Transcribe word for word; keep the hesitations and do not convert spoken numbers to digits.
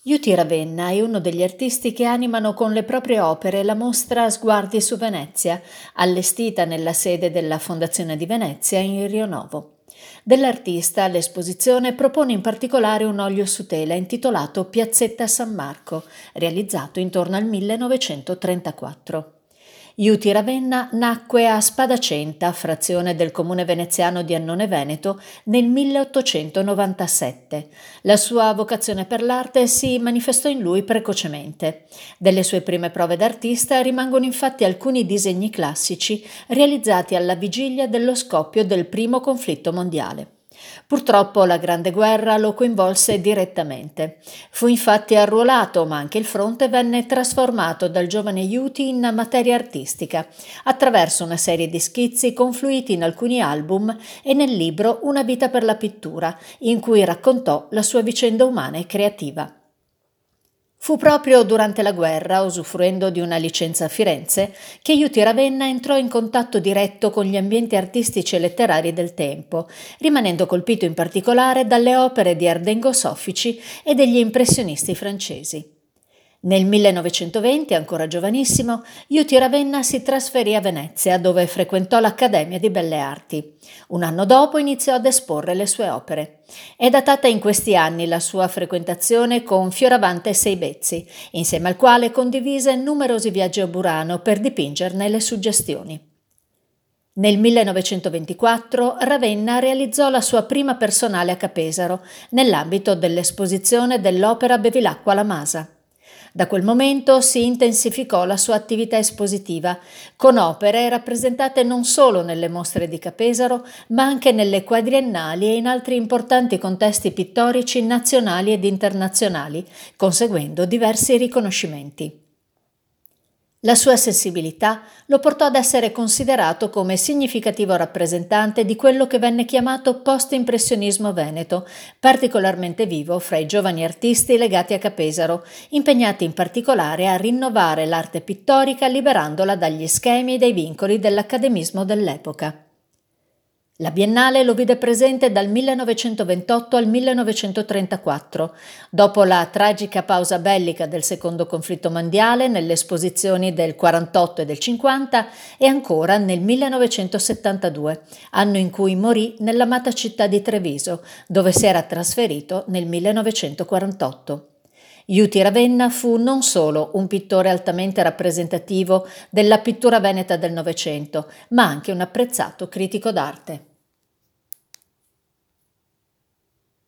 Juti Ravenna è uno degli artisti che animano con le proprie opere la mostra Sguardi su Venezia, allestita nella sede della Fondazione di Venezia in Rio Novo. Dell'artista l'esposizione propone in particolare un olio su tela intitolato Piazzetta San Marco, realizzato intorno al millenovecentotrentaquattro. Juti Ravenna nacque a Spadacenta, frazione del comune veneziano di Annone Veneto, nel milleottocentonovantasette. La sua vocazione per l'arte si manifestò in lui precocemente. Delle sue prime prove d'artista rimangono infatti alcuni disegni classici realizzati alla vigilia dello scoppio del primo conflitto mondiale. Purtroppo la Grande Guerra lo coinvolse direttamente. Fu infatti arruolato, ma anche il fronte venne trasformato dal giovane Juti in materia artistica, attraverso una serie di schizzi confluiti in alcuni album e nel libro Una vita per la pittura, in cui raccontò la sua vicenda umana e creativa. Fu proprio durante la guerra, usufruendo di una licenza a Firenze, che Juti Ravenna entrò in contatto diretto con gli ambienti artistici e letterari del tempo, rimanendo colpito in particolare dalle opere di Ardengo Soffici e degli impressionisti francesi. Nel millenovecentoventi, ancora giovanissimo, Juti Ravenna si trasferì a Venezia, dove frequentò l'Accademia di Belle Arti. Un anno dopo iniziò ad esporre le sue opere. È datata in questi anni la sua frequentazione con Fioravante Seibezzi, insieme al quale condivise numerosi viaggi a Burano per dipingerne le suggestioni. Nel millenovecentoventiquattro Ravenna realizzò la sua prima personale a Capesaro, nell'ambito dell'esposizione dell'opera Bevilacqua la Masa. Da quel momento si intensificò la sua attività espositiva, con opere rappresentate non solo nelle mostre di Capesaro, ma anche nelle quadriennali e in altri importanti contesti pittorici nazionali ed internazionali, conseguendo diversi riconoscimenti. La sua sensibilità lo portò ad essere considerato come significativo rappresentante di quello che venne chiamato post-impressionismo veneto, particolarmente vivo fra i giovani artisti legati a Capesaro, impegnati in particolare a rinnovare l'arte pittorica liberandola dagli schemi e dai vincoli dell'accademismo dell'epoca. La Biennale lo vide presente dal millenovecentoventotto al millenovecentotrentaquattro, dopo la tragica pausa bellica del secondo conflitto mondiale nelle esposizioni del quarantotto e del cinquanta e ancora nel millenovecentosettantadue, anno in cui morì nell'amata città di Treviso, dove si era trasferito nel millenovecentoquarantotto. Juti Ravenna fu non solo un pittore altamente rappresentativo della pittura veneta del Novecento, ma anche un apprezzato critico d'arte.